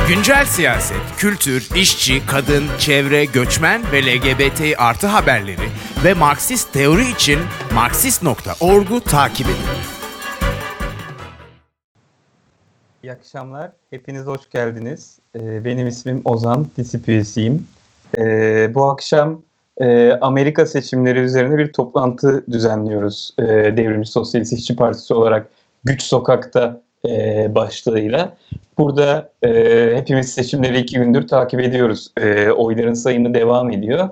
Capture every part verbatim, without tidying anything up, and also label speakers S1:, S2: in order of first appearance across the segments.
S1: Güncel siyaset, kültür, işçi, kadın, çevre, göçmen ve L G B T artı haberleri ve Marksist teori için Marksist nokta org'u takip edin.
S2: İyi akşamlar. Hepiniz hoş geldiniz. Ee, benim ismim Ozan, DİSİP üyesiyim. Ee, bu akşam e, Amerika seçimleri üzerine bir toplantı düzenliyoruz. E, Devrimci Sosyalist İşçi Partisi olarak Güç Sokak'ta e, başlığıyla. Burada e, hepimiz seçimleri iki gündür takip ediyoruz. E, oyların sayımı devam ediyor.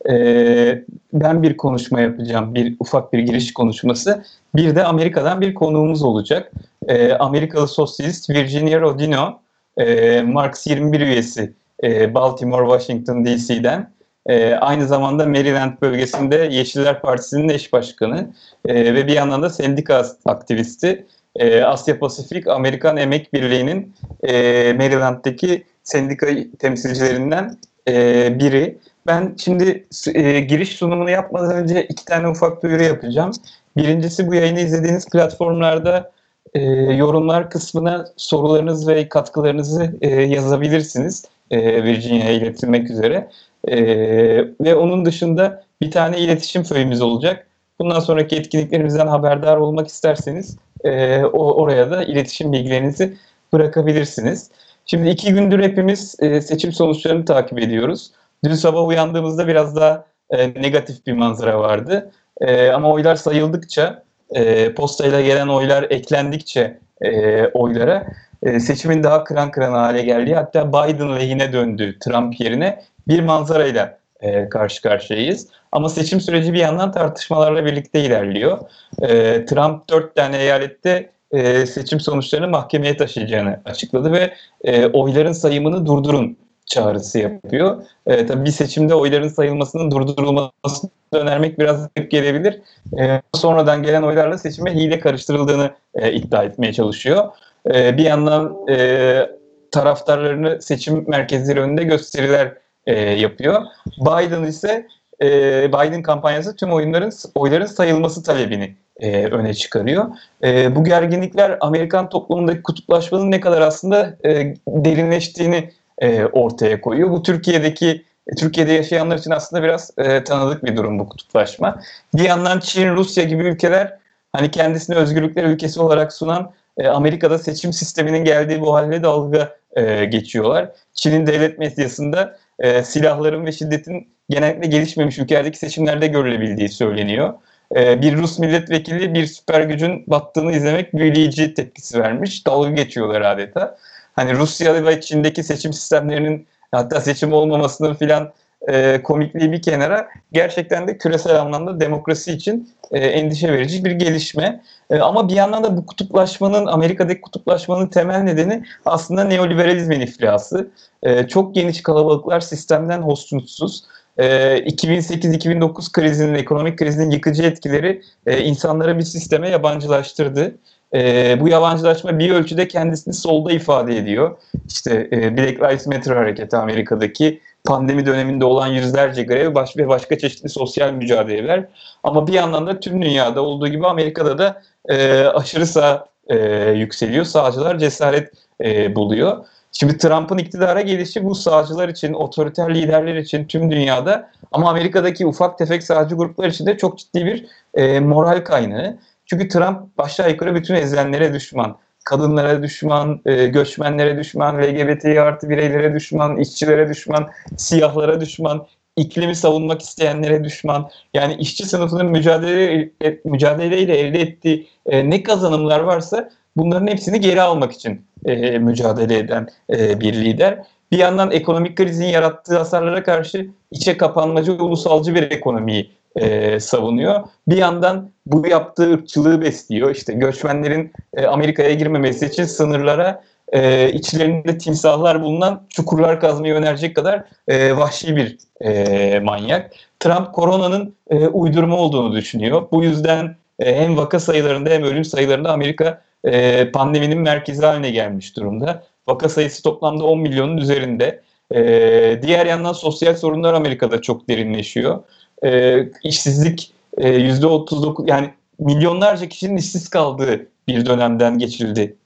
S2: E, ben bir konuşma yapacağım, bir ufak bir giriş konuşması. Bir de Amerika'dan bir konuğumuz olacak. E, Amerikalı sosyalist Virginia Rodino, e, Marx yirmi bir üyesi e, Baltimore, Washington D C'den. E, aynı zamanda Maryland bölgesinde Yeşiller Partisi'nin eş başkanı e, ve bir yandan da sendika aktivisti. E, Asya Pasifik Amerikan Emek Birliği'nin e, Maryland'daki sendika temsilcilerinden e, biri. Ben şimdi e, giriş sunumunu yapmadan önce iki tane ufak duyuru yapacağım. Birincisi, bu yayını izlediğiniz platformlarda e, yorumlar kısmına sorularınız ve katkılarınızı e, yazabilirsiniz. E, Virginia'ya iletilmek üzere. E, ve onun dışında bir tane iletişim föyümüz olacak. Bundan sonraki etkinliklerimizden haberdar olmak isterseniz e, o, oraya da iletişim bilgilerinizi bırakabilirsiniz. Şimdi iki gündür hepimiz e, seçim sonuçlarını takip ediyoruz. Dün sabah uyandığımızda biraz daha e, negatif bir manzara vardı. E, ama oylar sayıldıkça, e, postayla gelen oylar eklendikçe e, oylara e, seçimin daha kıran kıran hale geldiği, hatta Biden lehine döndüğü, Trump yerine bir manzarayla e, karşı karşıyayız. Ama seçim süreci bir yandan tartışmalarla birlikte ilerliyor. E, Trump dört tane eyalette e, seçim sonuçlarını mahkemeye taşıyacağını açıkladı ve e, oyların sayımını durdurun çağrısı yapıyor. E, tabii bir seçimde oyların sayılmasının durdurulmasını önermek biraz garip gelebilir. E, sonradan gelen oylarla seçime hile karıştırıldığını e, iddia etmeye çalışıyor. E, bir yandan e, taraftarlarını seçim merkezleri önünde gösteriler e, yapıyor. Biden ise e, Biden kampanyası tüm oyunların oyların sayılması talebini e, öne çıkarıyor. E, bu gerginlikler Amerikan toplumundaki kutuplaşmanın ne kadar aslında e, derinleştiğini E, ortaya koyuyor. Bu Türkiye'deki Türkiye'de yaşayanlar için aslında biraz e, tanıdık bir durum bu kutuplaşma. Bir yandan Çin, Rusya gibi ülkeler hani kendisini özgürlükler ülkesi olarak sunan e, Amerika'da seçim sisteminin geldiği bu haline dalga e, geçiyorlar. Çin'in devlet medyasında e, silahların ve şiddetin genellikle gelişmemiş ülkelerdeki seçimlerde görülebildiği söyleniyor. E, bir Rus milletvekili bir süper gücün battığını izlemek büyüleyici tepkisi vermiş. Dalga geçiyorlar adeta. Hani Rusya ve Çin'deki seçim sistemlerinin, hatta seçim olmamasının filan e, komikliği bir kenara, gerçekten de küresel anlamda demokrasi için e, endişe verici bir gelişme. E, ama bir yandan da bu kutuplaşmanın, Amerika'daki kutuplaşmanın temel nedeni aslında neoliberalizmin iflası. E, çok geniş kalabalıklar sistemden hoşnutsuz. E, iki bin sekiz iki bin dokuz krizinin, ekonomik krizinin yıkıcı etkileri e, insanları bir sisteme yabancılaştırdı. E, bu yabancılaşma bir ölçüde kendisini solda ifade ediyor. İşte e, Black Lives Matter hareketi, Amerika'daki pandemi döneminde olan yüzlerce grev baş ve başka çeşitli sosyal mücadeleler. Ama bir yandan da tüm dünyada olduğu gibi Amerika'da da e, aşırı sağ e, yükseliyor. Sağcılar cesaret e, buluyor. Şimdi Trump'ın iktidara gelişi bu sağcılar için, otoriter liderler için tüm dünyada, ama Amerika'daki ufak tefek sağcı gruplar için de çok ciddi bir e, moral kaynağı. Çünkü Trump aşağı yukarı bütün ezilenlere düşman. Kadınlara düşman, e, göçmenlere düşman, L G B T artı bireylere düşman, işçilere düşman, siyahlara düşman, iklimi savunmak isteyenlere düşman. Yani işçi sınıfının mücadele, mücadeleyle elde ettiği e, ne kazanımlar varsa bunların hepsini geri almak için e, mücadele eden e, bir lider. Bir yandan ekonomik krizin yarattığı hasarlara karşı içe kapanmacı, ulusalcı bir ekonomiyi E, savunuyor. Bir yandan bu yaptığı ırkçılığı besliyor. İşte göçmenlerin e, Amerika'ya girmemesi için sınırlara e, içlerinde timsahlar bulunan çukurlar kazmayı önerecek kadar e, vahşi bir e, manyak. Trump koronanın e, uydurma olduğunu düşünüyor. Bu yüzden e, hem vaka sayılarında hem ölüm sayılarında Amerika e, pandeminin merkezi haline gelmiş durumda. Vaka sayısı toplamda on milyonun üzerinde. E, diğer yandan sosyal sorunlar Amerika'da çok derinleşiyor. E, işsizlik e, yüzde otuz dokuz, yani milyonlarca kişinin işsiz kaldığı bir dönemden geçildi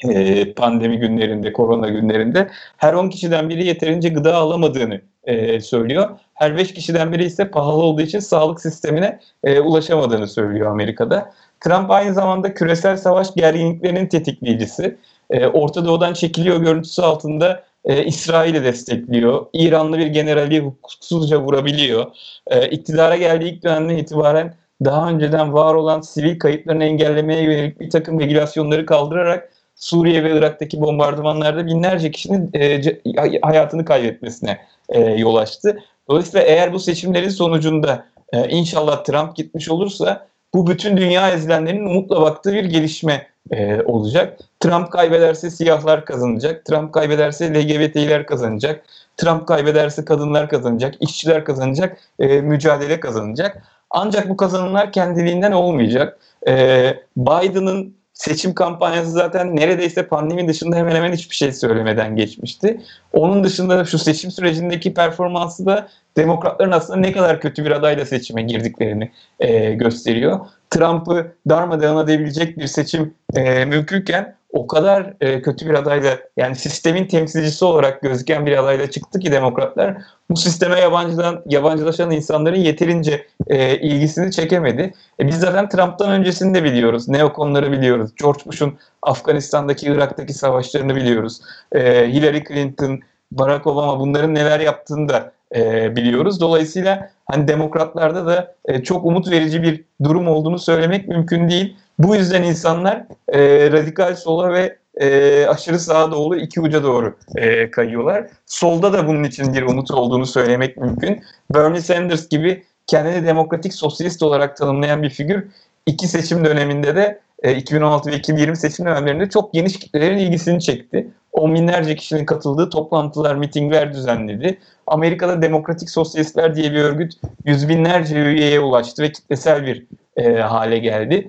S2: e, pandemi günlerinde, korona günlerinde her on kişiden biri yeterince gıda alamadığını e, söylüyor. Her beş kişiden biri ise pahalı olduğu için sağlık sistemine e, ulaşamadığını söylüyor Amerika'da. Trump aynı zamanda küresel savaş gerginliklerinin tetikleyicisi. E, Orta Doğu'dan çekiliyor görüntüsü altında e, İsrail'i destekliyor. İranlı bir generali hukuksuzca vurabiliyor. E, iktidara geldiği ilk dönemden itibaren daha önceden var olan sivil kayıplarını engellemeye yönelik bir takım regülasyonları kaldırarak Suriye ve Irak'taki bombardımanlarda binlerce kişinin e, hayatını kaybetmesine e, yol açtı. Dolayısıyla eğer bu seçimlerin sonucunda e, inşallah Trump gitmiş olursa bu bütün dünya ezilenlerinin umutla baktığı bir gelişme e, olacak. Trump kaybederse siyahlar kazanacak, Trump kaybederse L G B T'ler kazanacak, Trump kaybederse kadınlar kazanacak, işçiler kazanacak, e, mücadele kazanacak. Ancak bu kazanımlar kendiliğinden olmayacak. E, Biden'ın seçim kampanyası zaten neredeyse pandemi dışında hemen hemen hiçbir şey söylemeden geçmişti. Onun dışında da şu seçim sürecindeki performansı da demokratların aslında ne kadar kötü bir adayla seçime girdiklerini e, gösteriyor. Trump'ı darmadağın edebilecek bir seçim e, mümkünken o kadar e, kötü bir adayla, yani sistemin temsilcisi olarak gözüken bir adayla çıktı ki demokratlar bu sisteme yabancılan, yabancılaşan insanların yeterince e, ilgisini çekemedi. E, biz zaten Trump'tan öncesini de biliyoruz. Neokonları biliyoruz. George Bush'un Afganistan'daki, Irak'taki savaşlarını biliyoruz. E, Hillary Clinton, Barack Obama, bunların neler yaptığını da e, biliyoruz. Dolayısıyla hani demokratlarda da e, çok umut verici bir durum olduğunu söylemek mümkün değil. Bu yüzden insanlar e, radikal sola ve e, aşırı sağa doğru iki uca doğru e, kayıyorlar. Solda da bunun için bir umut olduğunu söylemek mümkün. Bernie Sanders gibi kendini demokratik sosyalist olarak tanımlayan bir figür iki seçim döneminde de e, iki bin on altı ve iki bin yirmi seçim dönemlerinde çok geniş kitlelerin ilgisini çekti. On binlerce kişinin katıldığı toplantılar, mitingler düzenledi. Amerika'da Demokratik Sosyalistler diye bir örgüt yüz binlerce üyeye ulaştı ve kitlesel bir e, hale geldi.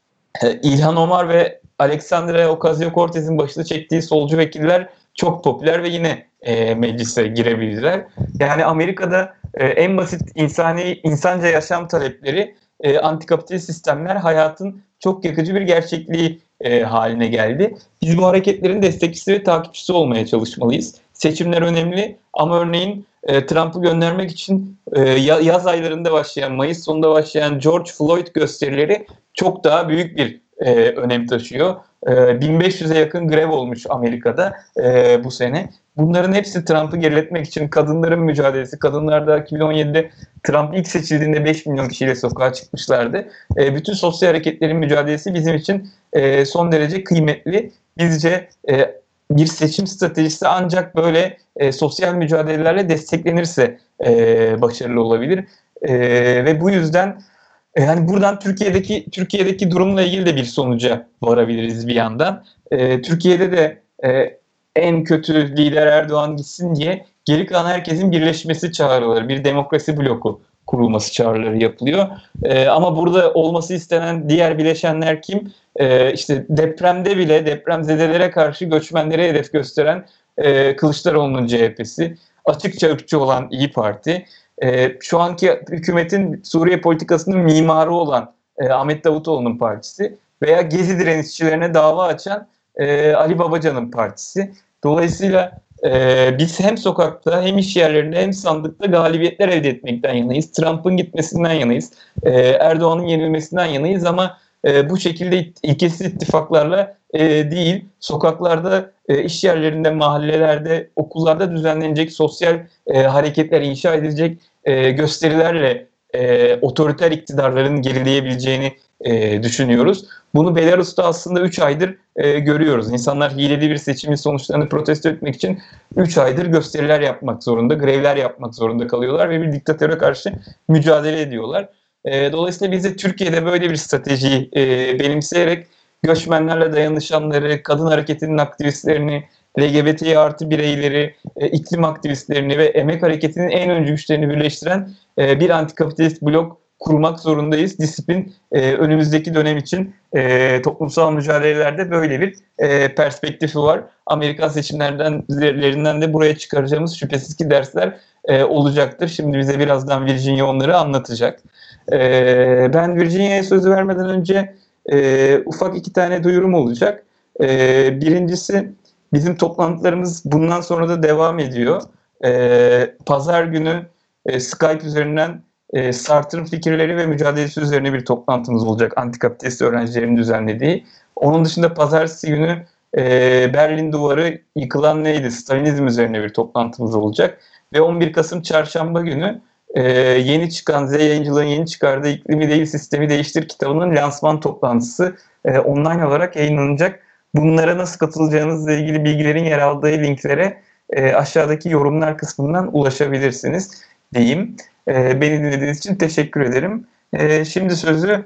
S2: E, İlhan Omar ve Alexandria Ocasio-Cortez'in başını çektiği solcu vekiller çok popüler ve yine e, meclise girebildiler. Yani Amerika'da e, en basit insani insanca yaşam talepleri, e, antikapitalist sistemler hayatın çok yakıcı bir gerçekliği e, haline geldi. Biz bu hareketlerin destekçisi ve takipçisi olmaya çalışmalıyız. Seçimler önemli ama örneğin e, Trump'ı göndermek için e, yaz aylarında başlayan, Mayıs sonunda başlayan George Floyd gösterileri çok daha büyük bir e, önem taşıyor. E, bin beş yüze yakın grev olmuş Amerika'da e, bu sene. Bunların hepsi Trump'ı geriletmek için, kadınların mücadelesi. Kadınlar da iki bin on yedide Trump ilk seçildiğinde beş milyon kişiyle sokağa çıkmışlardı. E, bütün sosyal hareketlerin mücadelesi bizim için e, son derece kıymetli. Bizce e, bir seçim stratejisi ancak böyle e, sosyal mücadelelerle desteklenirse e, başarılı olabilir. E, ve bu yüzden e, hani buradan Türkiye'deki Türkiye'deki durumla ilgili de bir sonuca varabiliriz bir yandan. E, Türkiye'de de e, en kötü lider Erdoğan gitsin diye geri kalan herkesin birleşmesi çağrıları, bir demokrasi bloku kurulması çağrıları yapılıyor. E, ama burada olması istenen diğer bileşenler kim? E, işte depremde bile depremzedelere karşı göçmenlere hedef gösteren e, Kılıçdaroğlu'nun C H P'si, açıkça ırkçı olan İyi Parti, e, şu anki hükümetin Suriye politikasının mimarı olan e, Ahmet Davutoğlu'nun partisi veya Gezi direnişçilerine dava açan e, Ali Babacan'ın partisi. Dolayısıyla e, biz hem sokakta hem iş yerlerinde hem sandıkta galibiyetler elde etmekten yanayız. Trump'ın gitmesinden yanayız. E, Erdoğan'ın yenilmesinden yanayız ama e, bu şekilde ilkesiz ittifaklarla e, değil, sokaklarda, e, iş yerlerinde, mahallelerde, okullarda düzenlenecek sosyal e, hareketler inşa edilecek e, gösterilerle e, otoriter iktidarların gerileyebileceğini e, düşünüyoruz. Bunu Belarus'ta aslında üç aydır e, görüyoruz. İnsanlar hileli bir seçimin sonuçlarını protesto etmek için üç aydır gösteriler yapmak zorunda, grevler yapmak zorunda kalıyorlar ve bir diktatöre karşı mücadele ediyorlar. E, dolayısıyla biz de Türkiye'de böyle bir stratejiyi e, benimseyerek göçmenlerle dayanışanları, kadın hareketinin aktivistlerini, L G B T artı bireyleri, e, iklim aktivistlerini ve emek hareketinin en öncü güçlerini birleştiren e, bir antikapitalist blok kurmak zorundayız. Disiplin e, önümüzdeki dönem için e, toplumsal mücadelelerde böyle bir e, perspektifi var. Amerikan seçimlerinden de buraya çıkaracağımız şüphesiz ki dersler e, olacaktır. Şimdi bize birazdan Virginia onları anlatacak. E, ben Virginia'ya sözü vermeden önce e, ufak iki tane duyurum olacak. Ee, birincisi, bizim toplantılarımız bundan sonra da devam ediyor. Ee, Pazar günü e, Skype üzerinden e, Sartre'ın fikirleri ve mücadelesi üzerine bir toplantımız olacak. Antikapitalist öğrencilerin düzenlediği. Onun dışında pazartesi günü e, Berlin Duvarı yıkılan neydi? Stalinizm üzerine bir toplantımız olacak. Ve on bir Kasım Çarşamba günü e, yeni çıkan Z Yayıncılığın yeni çıkardığı İklimi Değil Sistemi Değiştir kitabının lansman toplantısı e, online olarak yayınlanacak. Bunlara nasıl katılacağınızla ilgili bilgilerin yer aldığı linklere e, aşağıdaki yorumlar kısmından ulaşabilirsiniz diyeyim. E, beni dinlediğiniz için teşekkür ederim. E, şimdi sözü...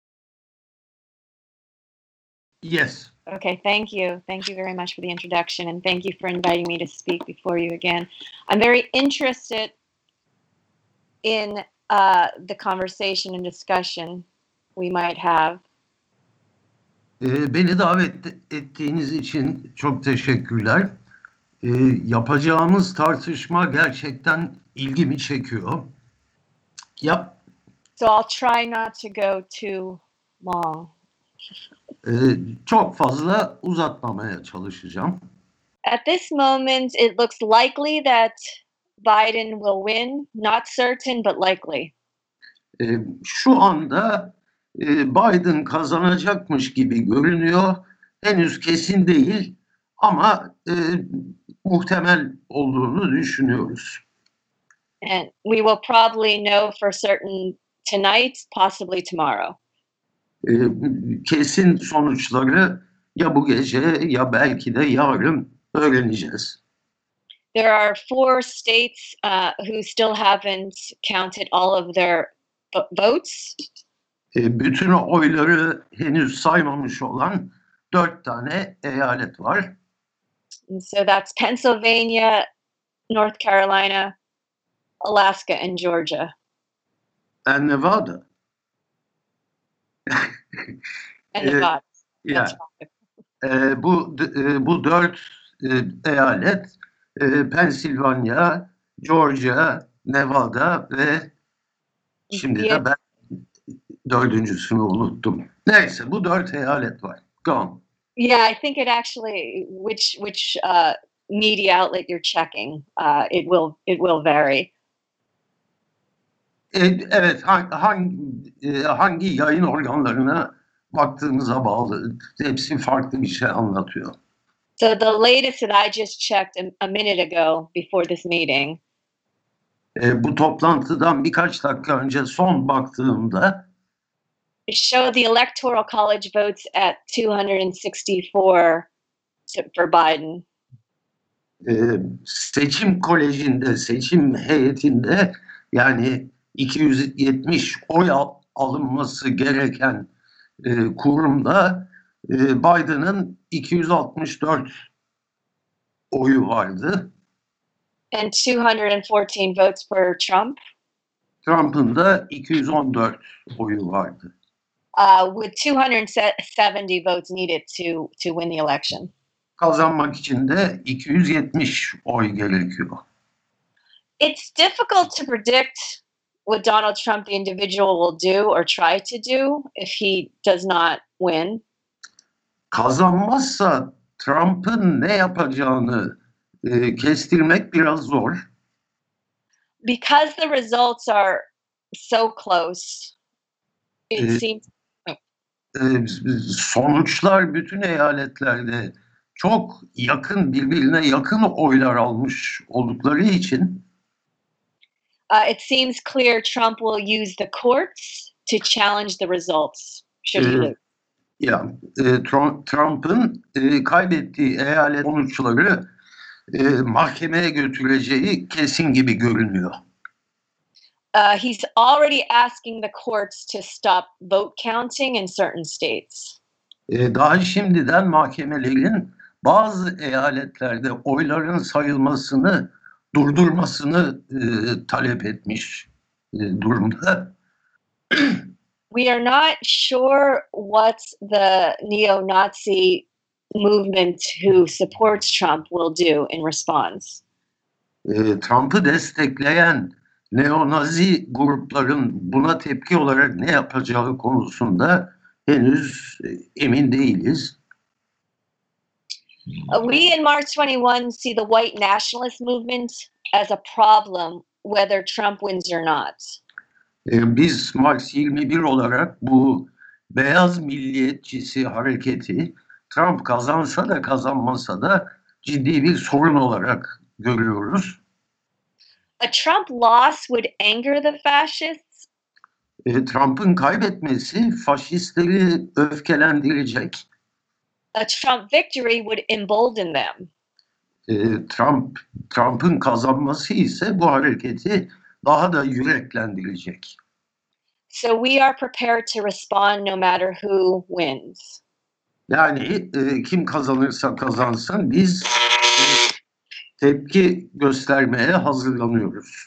S3: Yes.
S4: Okay, thank you. Thank you very much for the introduction, and thank you for inviting me to speak before you again. I'm very interested in uh, the conversation and discussion we might have.
S3: Ee, beni davet ettiğiniz için çok teşekkürler. Ee, yapacağımız tartışma gerçekten ilgimi çekiyor. Ya.
S4: So I'll try not to go too long.
S3: Ee, çok fazla uzatmamaya çalışacağım.
S4: At this moment, it looks likely that Biden will win. Not certain, but likely.
S3: Ee, şu anda e, Biden kazanacakmış gibi görünüyor. Henüz kesin değil ama e, muhtemel olduğunu düşünüyoruz.
S4: And we will probably know for certain tonight, possibly tomorrow.
S3: E, kesin sonuçları ya bu gece ya belki de yarın öğreneceğiz.
S4: There are four states uh, who still haven't counted all of their votes.
S3: E, bütün oyları henüz saymamış olan dört tane eyalet var.
S4: And so that's Pennsylvania, North Carolina, Alaska, and Georgia.
S3: And Nevada.
S4: And Nevada.
S3: Yeah. E, bu e, bu dört e, eyalet e, Pennsylvania, Georgia, Nevada ve şimdi de ben dördüncüsünü unuttum. Neyse bu dört eyalet var. Go on.
S4: Yeah, I think it actually which which uh, media outlet you're checking, uh, it will it will vary.
S3: E, evet, hangi hangi yayın organlarına baktığımıza bağlı. Hepsi farklı bir şey anlatıyor.
S4: So the latest that I just checked a, a minute ago before this meeting.
S3: E, bu toplantıdan birkaç dakika önce son baktığımda
S4: it showed the Electoral College votes at two hundred sixty-four for Biden.
S3: E, seçim kolejinde, seçim heyetinde yani iki yüz yetmiş oy al, alınması gereken e, kurumda e, Biden'ın iki yüz altmış dört oyu vardı.
S4: And two hundred fourteen votes for Trump.
S3: Trump'ın da iki yüz on dört oyu vardı.
S4: Uh, with two hundred seventy votes needed to to win the election.
S3: Kazanmak için de iki yüz yetmiş oy gerekiyor.
S4: It's difficult to predict what Donald Trump, the individual, will do or try to do if he does not win.
S3: Kazanmazsa Trump'ın ne yapacağını e, kestirmek biraz zor.
S4: Because the results are so close, it
S3: e,
S4: seems.
S3: E, sonuçlar bütün eyaletlerde çok yakın, birbirine yakın oylar almış oldukları için
S4: uh, it seems clear Trump will use the courts to challenge the results. Should he lose?
S3: Ya e, Trump'ın e, kaybettiği eyalet sonuçları e, mahkemeye götüreceği kesin gibi görünüyor.
S4: Uh, he's already asking the courts to stop vote counting in certain states.
S3: E, daha şimdiden mahkemelerin bazı eyaletlerde oyların sayılmasını durdurmasını e, talep etmiş e, durumda.
S4: We are not sure what the neo-Nazi movement who supports Trump will do in response.
S3: E, Trump'ı destekleyen neonazi grupların buna tepki olarak ne yapacağı konusunda henüz emin değiliz.
S4: Uh, we in March twenty-one see the white nationalist movement as a problem, whether Trump wins or not.
S3: E, biz Mars yirmi bir olarak bu beyaz milliyetçisi hareketi Trump kazansa da kazanmasa da ciddi bir sorun olarak görüyoruz.
S4: A Trump loss would anger the fascists,
S3: E, Trump'ın kaybetmesi faşistleri öfkelendirecek.
S4: a Trump victory would embolden them.
S3: E, Trump Trump'ın kazanması ise bu hareketi daha da yüreklendirecek.
S4: So we are prepared to respond no matter who wins.
S3: Yani e, kim kazanırsa kazansın biz e, tepki göstermeye hazırlanıyoruz.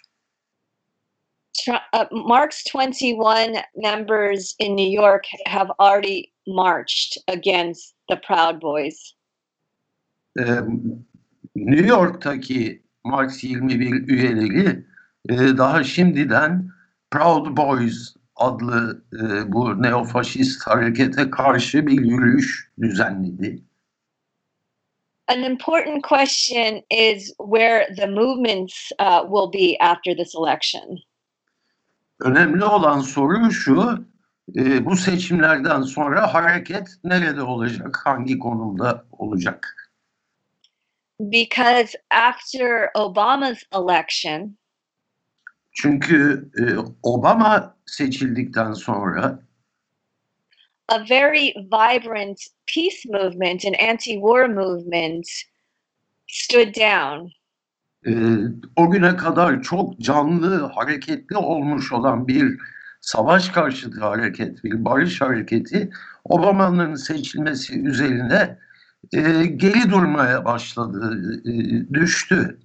S4: Tru- uh, March twenty-one members in New York have already marched against the Proud Boys.
S3: E, New York'taki Mars yirmi bir üyeleri e, daha şimdiden Proud Boys adlı e, bu neofaşist harekete karşı bir yürüyüş düzenledi.
S4: An important question is where the movements uh, will be after this election.
S3: Önemli olan soru şu, e, bu seçimlerden sonra hareket nerede olacak, hangi konumda olacak?
S4: Because after Obama's election,
S3: Çünkü e, Obama seçildikten sonra
S4: a very vibrant peace movement and anti-war movement stood down.
S3: e, o güne kadar çok canlı, hareketli olmuş olan bir savaş karşıtı hareket, bir barış hareketi Obama'nın seçilmesi üzerine e, geri durmaya başladı, e, düştü.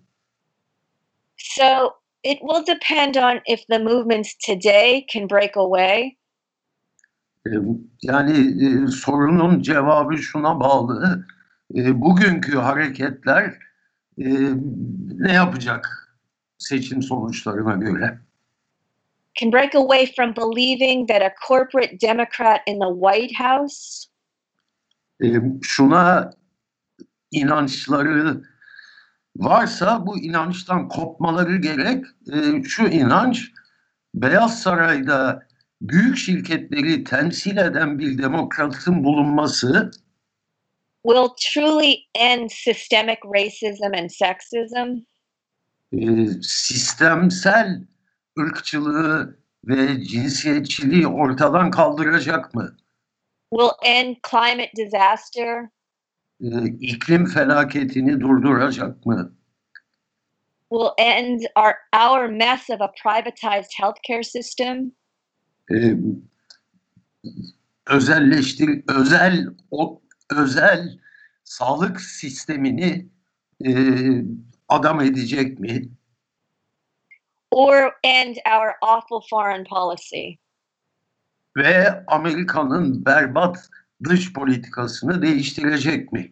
S4: So it will depend on if the movements today can break away.
S3: E, yani e, sorunun cevabı şuna bağlı, e, bugünkü hareketler e, ne yapacak seçim sonuçlarına göre?
S4: Can break away from believing that a corporate Democrat in the White House
S3: E, şuna inançları varsa bu inançtan kopmaları gerek. E, şu inanç, Beyaz Saray'da büyük şirketleri temsil eden bir demokratın bulunması
S4: will truly end systemic racism and sexism.
S3: e, sistemsel ırkçılığı ve cinsiyetçiliği ortadan kaldıracak mı?
S4: Will end climate disaster.
S3: E, iklim felaketini durduracak mı?
S4: Will end our our mess of a privatized healthcare system.
S3: E, özelleştir özel o özel sağlık sistemini e, adam edecek mi?
S4: Or end our awful foreign policy.
S3: Ve Amerika'nın berbat dış politikasını değiştirecek mi?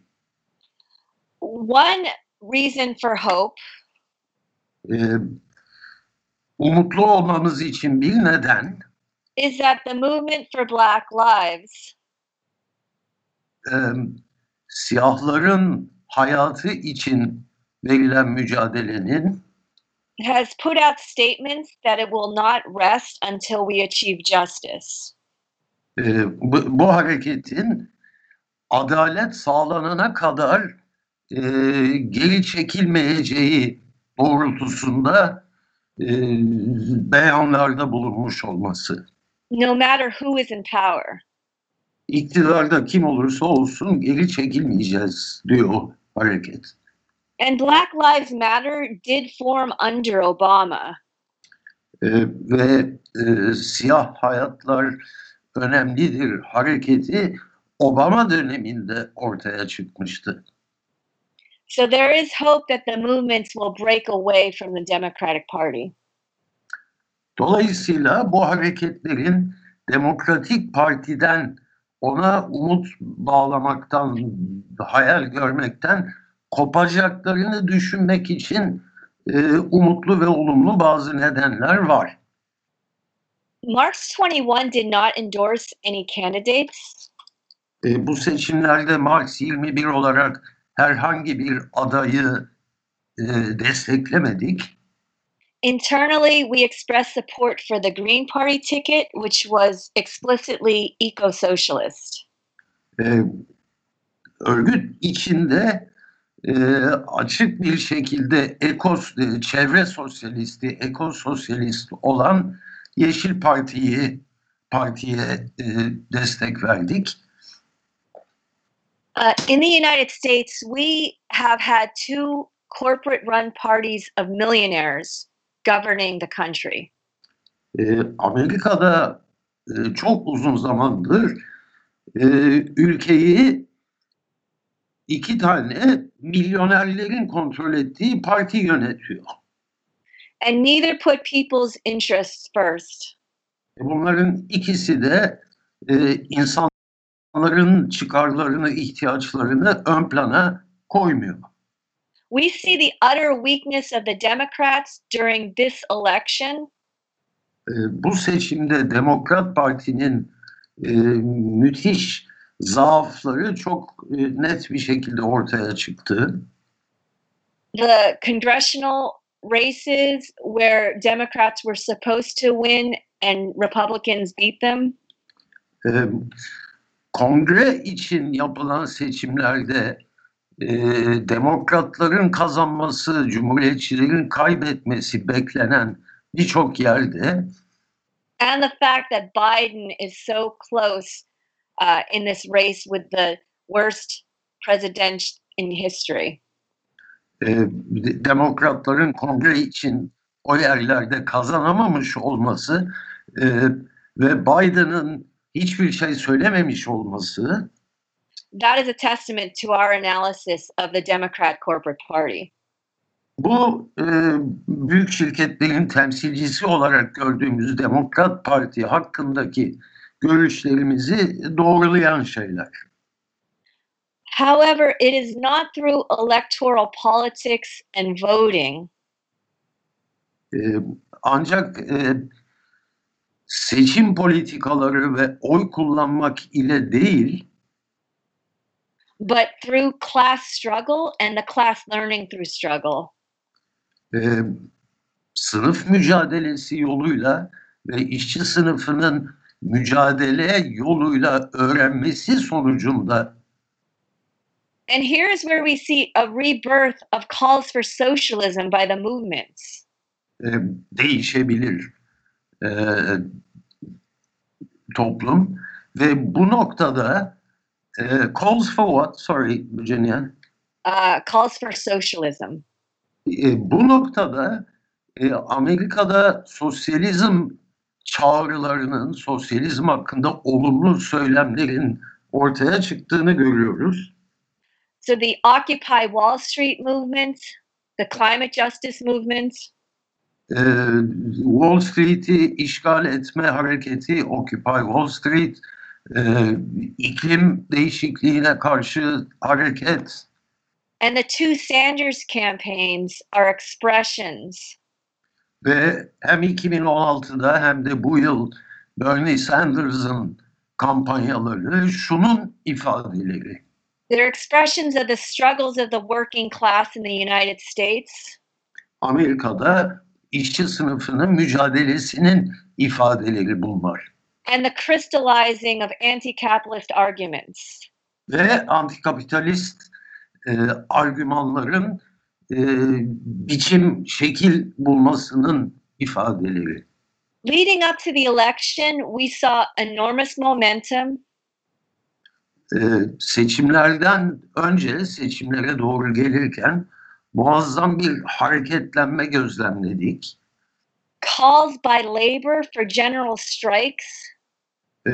S4: One reason for hope
S3: E, umutlu olmamız için bir neden
S4: is that the movement for Black Lives
S3: e, siyahların hayatı için verilen mücadelenin
S4: has put out statements that it will not rest until we achieve justice.
S3: e, bu, bu hareketin adalet sağlanana kadar e, geri çekilmeyeceği doğrultusunda e, beyanlarda bulunmuş olması.
S4: No matter who is in power.
S3: İktidarda kim olursa olsun geri çekilmeyeceğiz diyor hareket.
S4: And Black Lives Matter did form under Obama.
S3: E, ve e, siyah hayatlar önemlidir hareketi Obama döneminde ortaya çıkmıştı.
S4: So there is hope that the movements will break away from the Democratic Party.
S3: Dolayısıyla bu hareketlerin Demokratik Parti'den ona umut bağlamaktan, hayal görmekten kopacaklarını düşünmek için e, umutlu ve olumlu bazı nedenler var.
S4: March twenty-one did not endorse any candidates.
S3: E, bu seçimlerde Mars yirmi bir olarak herhangi bir adayı e, desteklemedik.
S4: Internally, we expressed support for the Green Party ticket, which was explicitly eco-socialist.
S3: E, örgüt içinde e, açık bir şekilde ekos, e, çevre sosyalisti, ekososyalist olan Yeşil Parti'yi partiye e, destek verdik.
S4: Uh, in the United States, we have had two corporate-run parties of millionaires governing the country.
S3: E, Amerika'da e, çok uzun zamandır e, ülkeyi iki tane milyonerlerin kontrol ettiği parti yönetiyor.
S4: And neither put people's interests first.
S3: E, bunların ikisi de e, insanların çıkarlarını, ihtiyaçlarını ön plana koymuyor.
S4: We see the utter weakness of the Democrats during this election.
S3: E, bu seçimde Demokrat Parti'nin e, müthiş zaafları çok e, net bir şekilde ortaya çıktı.
S4: The congressional races where Democrats were supposed to win and Republicans beat them.
S3: E, Kongre için yapılan seçimlerde e, Demokratların kazanması, Cumhuriyetçilerin kaybetmesi beklenen birçok yerde
S4: And the fact that Biden is so close uh, in this race with the worst president in history.
S3: e, Demokratların Kongre için o yerlerde kazanamamış olması e, ve Biden'ın hiçbir şey söylememiş olması
S4: That is a testament to our analysis of the Democrat corporate party.
S3: bu e, büyük şirketlerin temsilcisi olarak gördüğümüz Demokrat Parti hakkındaki görüşlerimizi doğrulayan şeyler.
S4: However, it is not through electoral politics and voting
S3: E, ancak e, seçim politikaları ve oy kullanmak ile değil,
S4: but through class struggle and the class learning through struggle.
S3: e, sınıf mücadelesi yoluyla ve işçi sınıfının mücadele yoluyla öğrenmesi sonucunda
S4: And here is where we see a rebirth of calls for socialism by the movements.
S3: e, değişebilir e, toplum ve bu noktada e, calls for what? Sorry Virginia.
S4: Uh, calls for socialism.
S3: E, bu noktada e, Amerika'da sosyalizm çağrılarının, sosyalizm hakkında olumlu söylemlerin ortaya çıktığını görüyoruz.
S4: So the Occupy Wall Street movement, the climate justice movement,
S3: E, Wall Street'i işgal etme hareketi, Occupy Wall Street, e, iklim değişikliğine karşı hareket
S4: and the two Sanders campaigns are expressions
S3: ve hem iki bin on altıda hem de bu yıl Bernie Sanders'ın kampanyaları şunun ifadeleri.
S4: They're expressions of the struggles of the working class in the United States
S3: Amerika'da işçi sınıfının mücadelesinin ifadeleri bunlar.
S4: and the crystallizing of anti-capitalist arguments.
S3: Ve antikapitalist e, argümanların e, biçim, şekil bulmasının ifadeleri.
S4: Leading up to the election, we saw enormous momentum
S3: E, seçimlerden önce, seçimlere doğru gelirken muazzam bir hareketlenme gözlemledik.
S4: calls by labor for general strikes
S3: E,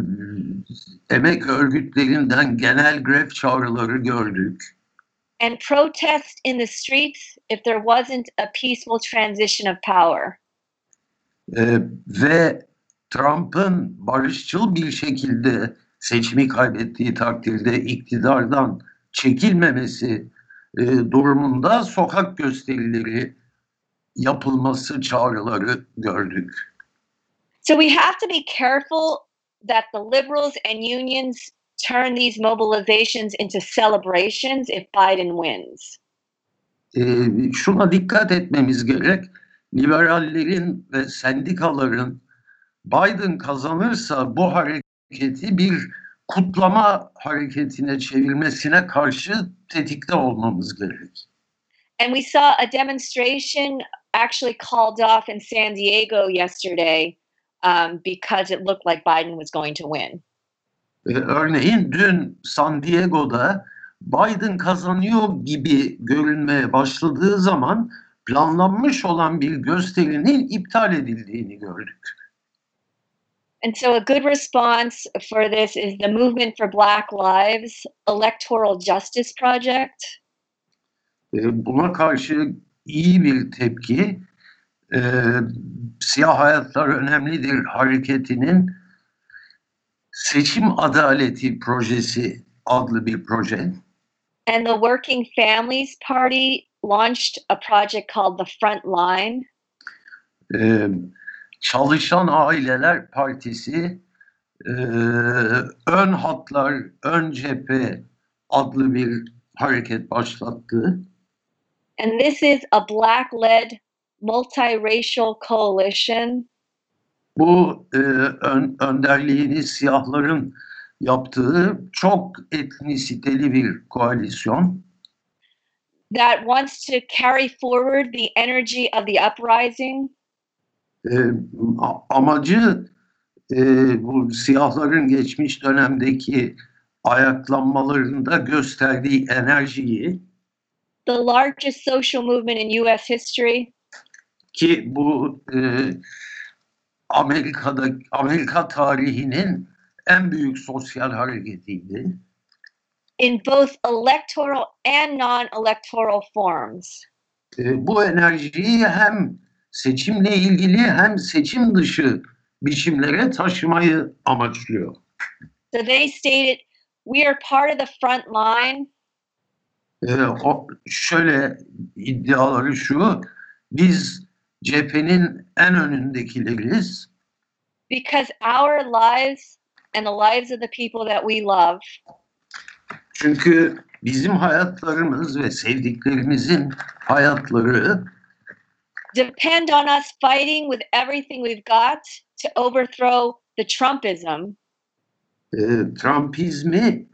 S3: emek örgütlerinden genel grev çağrıları gördük.
S4: and protest in the streets if there wasn't a peaceful transition of power.
S3: E, ve Trump'ın barışçıl bir şekilde seçimi kaybettiği takdirde iktidardan çekilmemesi e, durumunda sokak gösterileri yapılması çağrıları gördük.
S4: So we have to be careful that the liberals and unions turn these mobilizations into celebrations if Biden wins.
S3: Ee, şuna dikkat etmemiz gerek. Liberallerin ve sendikaların Biden kazanırsa bu hareketi bir kutlama hareketine çevirmesine karşı tetikte olmamız gerek.
S4: And we saw a demonstration actually called off in San Diego yesterday um, because it looked like Biden was going to win.
S3: Ee, örneğin dün San Diego'da Biden kazanıyor gibi görünmeye başladığı zaman planlanmış olan bir gösterinin iptal edildiğini gördük.
S4: And so a good response for this is the Movement for Black Lives Electoral Justice Project.
S3: Ee, Buna karşı iyi bir tepki, e, Siyah Hayatlar Önemlidir hareketinin Seçim Adaleti Projesi adlı bir proje.
S4: And the Working Families Party launched a project called the Front Line.
S3: Ee, Çalışan Aileler Partisi e, Ön Hatlar, Ön Cephe adlı bir hareket başlattı.
S4: And this is a Black-led multiracial coalition
S3: Bu e, ön, önderliğini siyahların yaptığı çok etnisiteli bir koalisyon.
S4: that wants to carry forward the energy of the uprising
S3: E, a- amacı e, bu siyahların geçmiş dönemdeki ayaklanmalarında gösterdiği enerjiyi,
S4: the largest social movement in U S history,
S3: ki bu e, Amerika'da Amerika tarihinin en büyük sosyal hareketiydi.
S4: in both electoral and non-electoral forms.
S3: E, bu enerjiyi hem seçimle ilgili hem seçim dışı biçimlere taşımayı amaçlıyor.
S4: So they stated, we are part of the front line
S3: E, o, şöyle iddiaları şu: biz cephenin en önündekileriz.
S4: because our lives and the lives of the people that we love
S3: Çünkü bizim hayatlarımız ve sevdiklerimizin hayatları
S4: depend on us fighting with everything we've got to overthrow the Trumpism
S3: e, Trumpizmi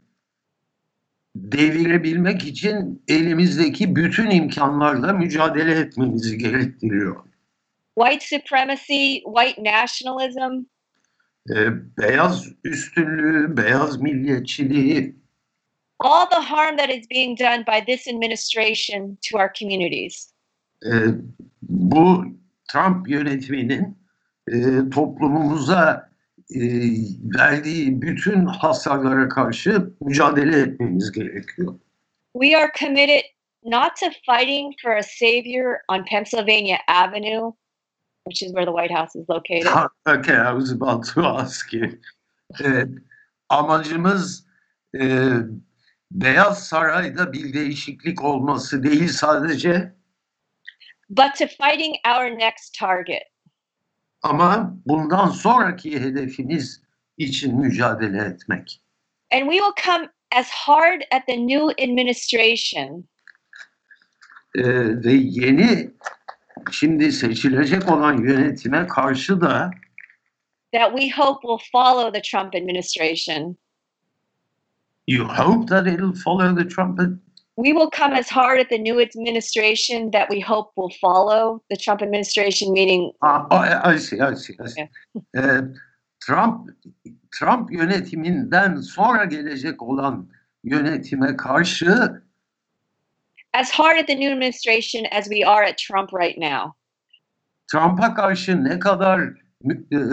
S3: devirebilmek için elimizdeki bütün imkanlarla mücadele etmemizi gerektiriyor.
S4: white supremacy, white nationalism,
S3: E, beyaz üstünlüğü, beyaz milliyetçiliği,
S4: all the harm that is being done by this administration to our communities.
S3: e, bu Trump yönetiminin e, toplumumuza e, verdiği bütün hasarlara karşı mücadele etmemiz gerekiyor.
S4: We are committed not to fighting for a savior on Pennsylvania Avenue, which is where the White House is located.
S3: Okay, I was about to ask you. E, amacımız e, Beyaz Saray'da bir değişiklik olması değil sadece,
S4: But to fighting our next target.
S3: ama bundan sonraki hedefimiz için mücadele etmek.
S4: And we will come as hard at the new administration
S3: Ee, ve yeni, şimdi seçilecek olan yönetime karşı da
S4: that we hope will follow the Trump administration.
S3: you hope that it'll follow the Trump.
S4: We will come as hard at the new administration that we hope will follow the Trump administration, meaning
S3: Ah, I, I see, I see, I see. Ee, Trump Trump yönetiminden sonra gelecek olan yönetime karşı
S4: as hard at the new administration as we are at Trump right now.
S3: Trump'a karşı ne kadar mü- e,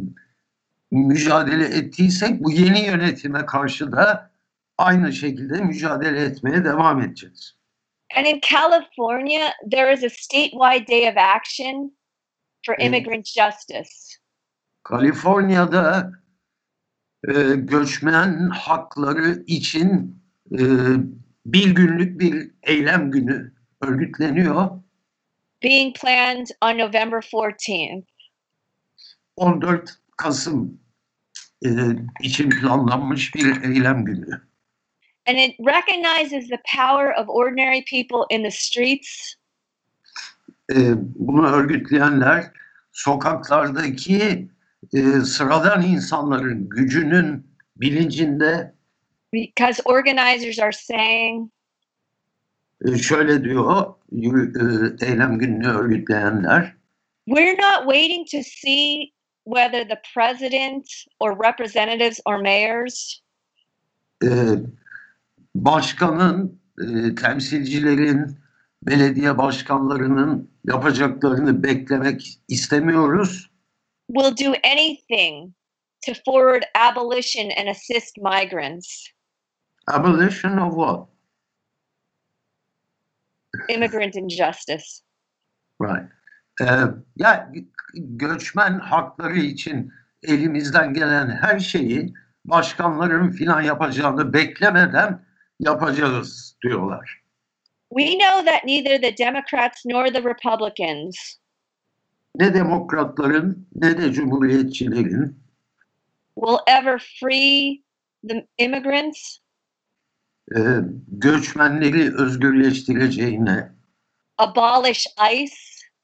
S3: mücadele ettiysek bu yeni yönetime karşı da aynı şekilde mücadele etmeye devam edeceğiz.
S4: And in California, there is a statewide day of action for
S3: Mm.
S4: immigrant justice.
S3: Kaliforniya'da e, göçmen hakları için e, bir günlük bir eylem günü örgütleniyor.
S4: Being planned on November fourteenth.
S3: on dört Kasım e, için planlanmış bir eylem günü.
S4: And it recognizes the power of ordinary people in the streets.
S3: E, bunu örgütleyenler sokaklardaki e, sıradan insanların gücünün bilincinde.
S4: Because organizers are saying,
S3: e, şöyle diyor e, eylem gününü örgütleyenler.
S4: We're not waiting to see whether the president or representatives or mayors
S3: e, başkanın, e, temsilcilerin, belediye başkanlarının yapacaklarını beklemek istemiyoruz.
S4: will do anything to forward abolition and assist migrants.
S3: Abolition of what?
S4: Immigrant injustice.
S3: Right. Ee, ya göçmen hakları için elimizden gelen her şeyi başkanların filan yapacağını beklemeden yapacağız diyorlar.
S4: We know that neither the Democrats nor the Republicans
S3: Ne demokratların ne de cumhuriyetçilerin
S4: will ever free the immigrants,
S3: e, göçmenleri özgürleştireceğine,
S4: abolish ICE,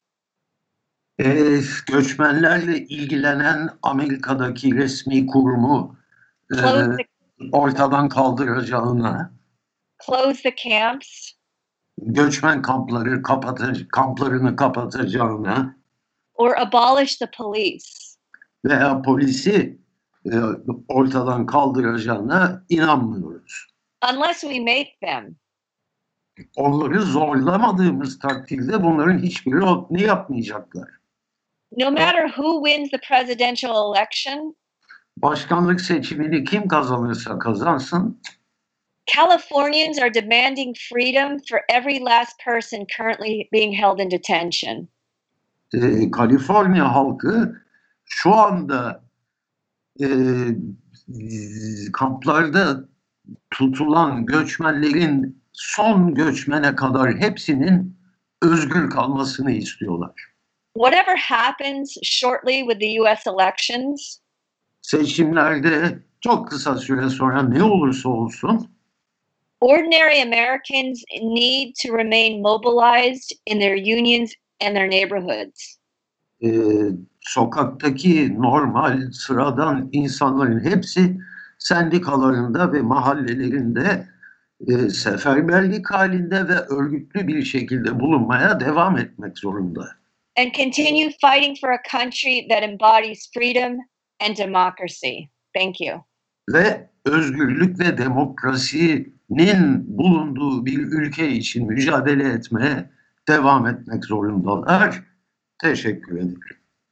S3: e, göçmenlerle ilgilenen Amerika'daki resmi kurumu e,
S4: close the,
S3: ortadan kaldıracağına,
S4: close the camps,
S3: göçmen kampları kapatacak, kamplarını kapatacağına
S4: or abolish the police.
S3: veya polisi e, ortadan kaldıracağına inanmıyoruz.
S4: Unless we make them.
S3: Onları zorlamadığımız takdirde bunların hiçbiri ne yapmayacaklar.
S4: No matter who wins the presidential election,
S3: Başkanlık seçimini kim kazanırsa kazansın,
S4: Californians are demanding freedom for every last person currently being held in detention.
S3: e, Kaliforniya halkı şu anda e, kamplarda tutulan göçmenlerin son göçmene kadar hepsinin özgür kalmasını istiyorlar.
S4: Whatever happens shortly with the U S elections,
S3: Seçimlerde çok kısa süre sonra ne olursa olsun
S4: ordinary Americans need to remain mobilized in their unions and their neighborhoods.
S3: e, sokaktaki normal sıradan insanların hepsi sendikalarında ve mahallelerinde e, seferberlik halinde ve örgütlü bir şekilde bulunmaya devam etmek zorunda.
S4: And continue fighting for a country that embodies freedom and democracy. Thank you.
S3: Ve özgürlük ve demokrasinin bulunduğu bir ülke için mücadele etmeye devam etmek zorundalar. Teşekkür ederim.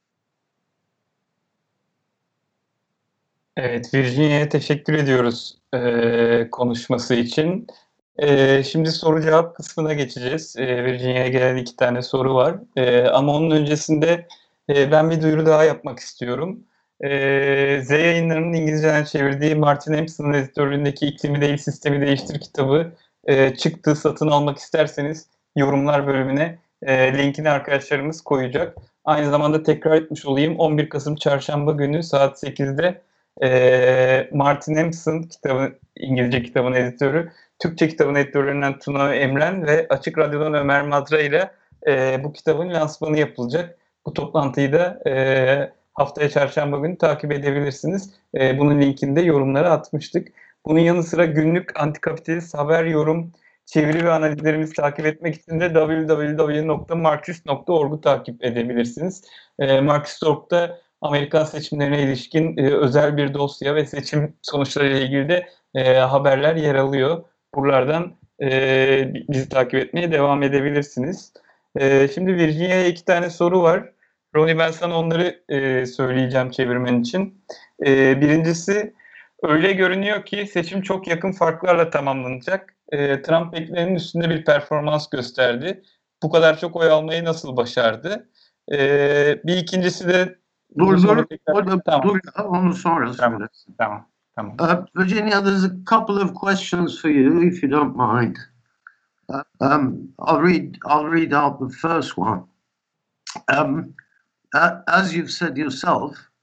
S2: Evet, Virginia'ya teşekkür ediyoruz e, konuşması için. E, şimdi soru cevap kısmına geçeceğiz. E, Virginia'ya gelen iki tane soru var. E, ama onun öncesinde e, ben bir duyuru daha yapmak istiyorum. E, Z Yayınları'nın İngilizceden çevirdiği Martin Empson'un editörlüğündeki İklimi Değil Sistemi Değiştir kitabı e, çıktı. Satın almak isterseniz yorumlar bölümüne e, linkini arkadaşlarımız koyacak. Aynı zamanda tekrar etmiş olayım. on bir Kasım Çarşamba günü saat sekizde e, Martin Empson kitabı, İngilizce kitabın editörü, Türkçe kitabın editörlerinden Tuna Emren ve Açık Radyo'dan Ömer Madra ile e, bu kitabın lansmanı yapılacak. Bu toplantıyı da e, haftaya çarşamba günü takip edebilirsiniz. E, bunun linkini de yorumlara atmıştık. Bunun yanı sıra günlük antikapitalist haber, yorum, çeviri ve analizlerimizi takip etmek için de double-u double-u double-u nokta marxist nokta org'u takip edebilirsiniz. E, Marxist nokta org'da Amerikan seçimlerine ilişkin e, özel bir dosya ve seçim sonuçları ile ilgili de e, haberler yer alıyor. Buralardan e, bizi takip etmeye devam edebilirsiniz. E, şimdi Virginia'ya iki tane soru var. Ronnie, ben sana onları e, söyleyeceğim çevirmen için. E, birincisi, öyle görünüyor ki seçim çok yakın farklarla tamamlanacak. E, Trump beklenenin üstünde bir performans gösterdi. Bu kadar çok oy almayı nasıl başardı? E, bir ikincisi de...
S3: Dur dur,
S2: tekrar...
S3: orada
S2: tamam.
S3: dur ya, onu sonra
S2: Tamam.
S3: söylersin.
S2: Tamam. Tamam.
S3: Uh, Virginia, there's a couple of questions for you, if you don't mind. Uh, um, I'll read. I'll read out the first one. Um, uh, as you've said yourself,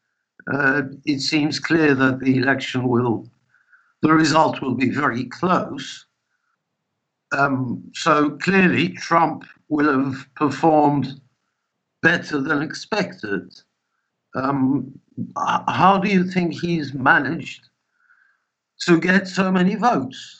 S3: uh, it seems clear that the election will, the result will be very close. Um, so clearly Trump will have performed better than expected. Um, how do you think he's managed to get so many votes?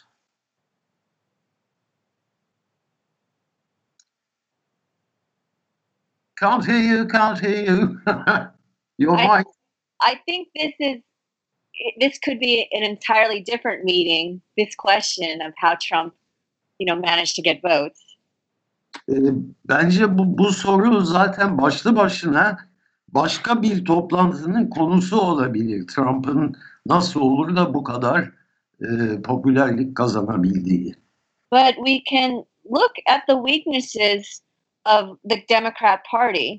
S3: Can't hear you, can't hear you. Your
S4: I,
S3: mic.
S4: I think this is, this could be an entirely different meeting, this question of how Trump, you know, managed to get votes.
S3: E, bence bu, bu soru zaten başlı başına başka bir toplantının konusu olabilir. Trump'ın nasıl olur da bu kadar e, popülerlik kazanabildiği.
S4: But we can look at the weaknesses of the Democrat Party.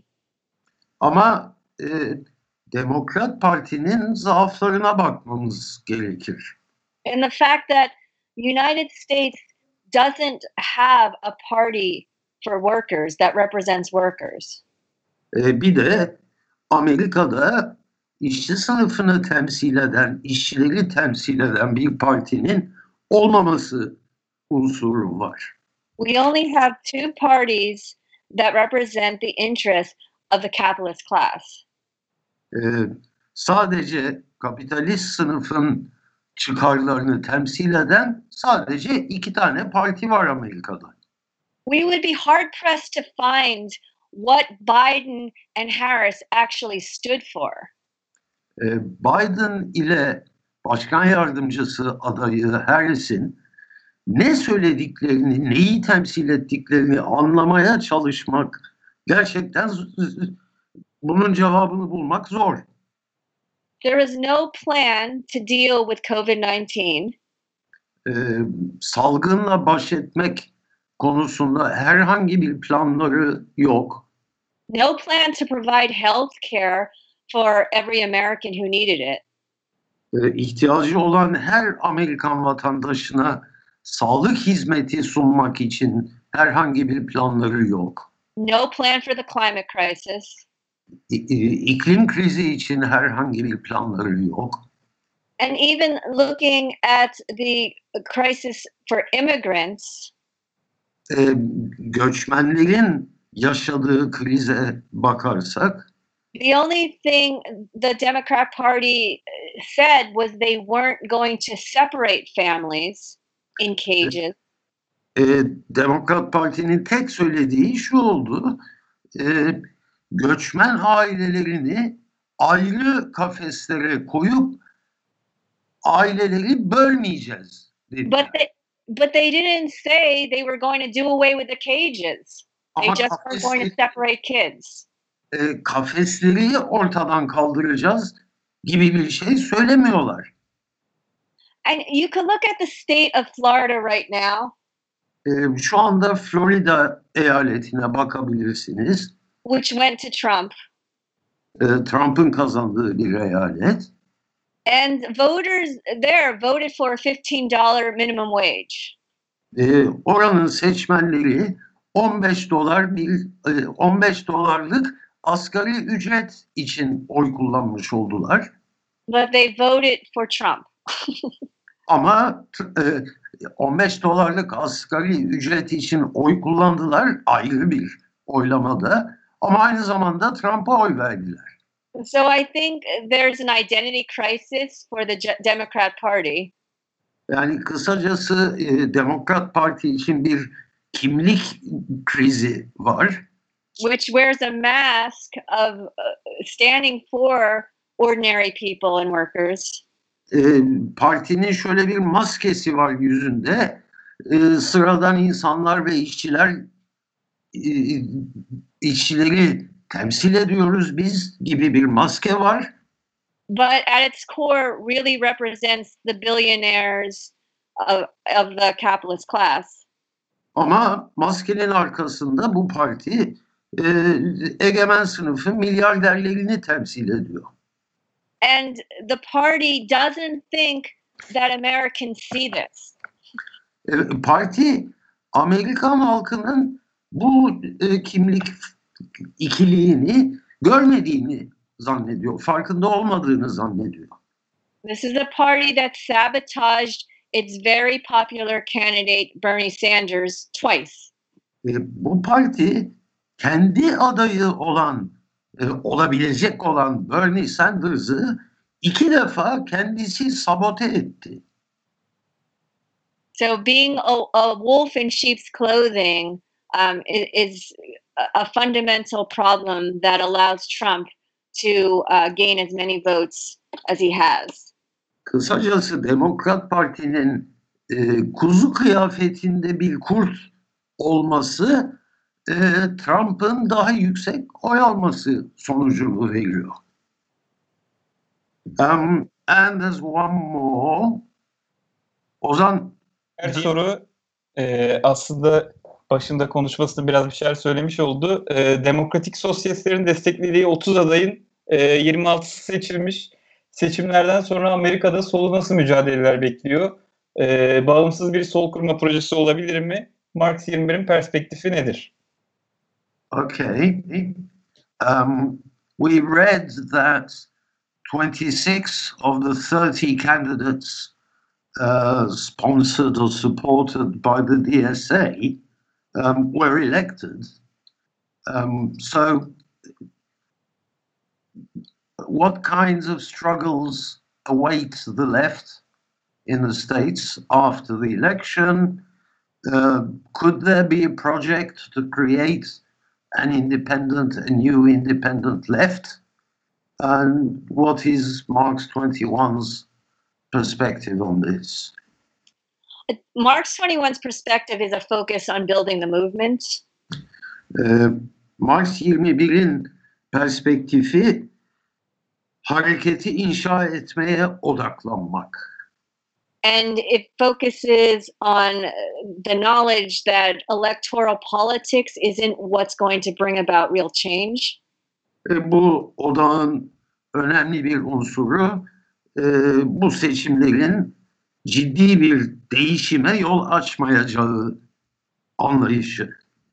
S3: Ama e, Demokrat Parti'nin zaaflarına bakmamız gerekir.
S4: And the fact that United States doesn't have a party for workers that represents workers.
S3: E, bir de Amerika'da işçi sınıfını temsil eden, işçileri temsil eden bir partinin olmaması unsuru var.
S4: We only have two parties that represent the interests of the capitalist class.
S3: Ee, sadece kapitalist sınıfın çıkarlarını temsil eden sadece iki tane parti var Amerika'da.
S4: We would be hard pressed to find what Biden and Harris actually stood for.
S3: Ee, Biden ile başkan yardımcısı adayı Harris'in ne söylediklerini, neyi temsil ettiklerini anlamaya çalışmak gerçekten bunun cevabını bulmak zor.
S4: There is no plan to deal with COVID nineteen.
S3: Ee, salgınla baş etmek konusunda herhangi bir planları yok.
S4: No plan to provide health care for every American who needed it.
S3: Ee, ihtiyacı olan her Amerikan vatandaşına sağlık hizmeti sunmak için herhangi bir planları yok.
S4: No plan for the climate crisis.
S3: İklim krizi için herhangi bir planları yok.
S4: And even looking at the crisis for immigrants,
S3: Ee, göçmenlerin yaşadığı krize bakarsak,
S4: the only thing the Democrat Party said was they weren't going to separate families in cages.
S3: e, Demokrat Parti'nin tek söylediği şu oldu: e, göçmen ailelerini ayrı kafeslere koyup aileleri bölmeyeceğiz dediler.
S4: But they, but they didn't say they were going to do away with the cages. They
S3: Ama
S4: just were going to separate kids.
S3: e, kafesleri ortadan kaldıracağız gibi bir şey söylemiyorlar.
S4: And you can look at the state of Florida right now,
S3: E, şu anda Florida eyaletine bakabilirsiniz.
S4: which went to Trump.
S3: E, Trump'ın kazandığı bir eyalet.
S4: And voters there voted for a fifteen dollar minimum wage.
S3: E, oranın seçmenleri on beş dolar bir e, on beş dolarlık asgari ücret için oy kullanmış oldular.
S4: But they voted for Trump.
S3: Ama e, on beş dolarlık asgari ücret için oy kullandılar ayrı bir oylamada, ama aynı zamanda Trump'a oy verdiler.
S4: So I think there's an identity crisis for the J- Democrat Party.
S3: Yani kısacası e, Demokrat Parti için bir kimlik krizi var.
S4: Which wears a mask of uh, standing for ordinary people and workers.
S3: E, partinin şöyle bir maskesi var yüzünde. E, sıradan insanlar ve işçiler e, işçileri temsil ediyoruz biz gibi bir maske var.
S4: But at its core really represents the billionaires of, of the capitalist class.
S3: Ama maskenin arkasında bu parti e, egemen sınıfı milyarderlerini temsil ediyor.
S4: And the party doesn't think that Americans see this.
S3: E, parti Amerikan halkının bu e, kimlik ikiliğini görmediğini zannediyor. Farkında olmadığını zannediyor.
S4: This is a party that sabotaged its very popular candidate Bernie Sanders twice.
S3: E, bu parti kendi adayı olan, e, olabilecek olan Bernie Sanders'ı iki defa kendisi sabote etti.
S4: So being a, a wolf in sheep's clothing um, is, is a fundamental problem that allows Trump to uh, gain as many votes as he has.
S3: Kısacası Demokrat Parti'nin e, kuzu kıyafetinde bir kurt olması e, Trump'ın daha yüksek oy alması sonucunu veriyor. Um, and there's one more. Ozan,
S2: Her soru e, aslında başında konuşmasında biraz bir şeyler söylemiş oldu. E, Demokratik Sosyalistlerin desteklediği otuz adayın e, yirmi altısı seçilmiş. Seçimlerden sonra Amerika'da solu nasıl mücadeleler bekliyor? E, bağımsız bir sol kurma projesi olabilir mi? Marx yirmi birin perspektifi nedir?
S3: okay. Um, we read that twenty-six of the thirty candidates uh, sponsored or supported by the D S A um, were elected. Um, so, what kinds of struggles await the left in the States after the election? Uh, could there be a project to create an independent, a new independent left? And what is Marx twenty-one's perspective on this?
S4: Marx twenty-one's perspective is a focus on building the movement.
S3: Ee, Marx yirmi birin perspektifi hareketi inşa etmeye odaklanmak.
S4: And it focuses on the knowledge that electoral politics isn't what's going to bring about real change.
S3: Ee, bu odağın önemli bir unsuru e, bu seçimlerin ciddi bir değişime yol açmayacağı anlayışı.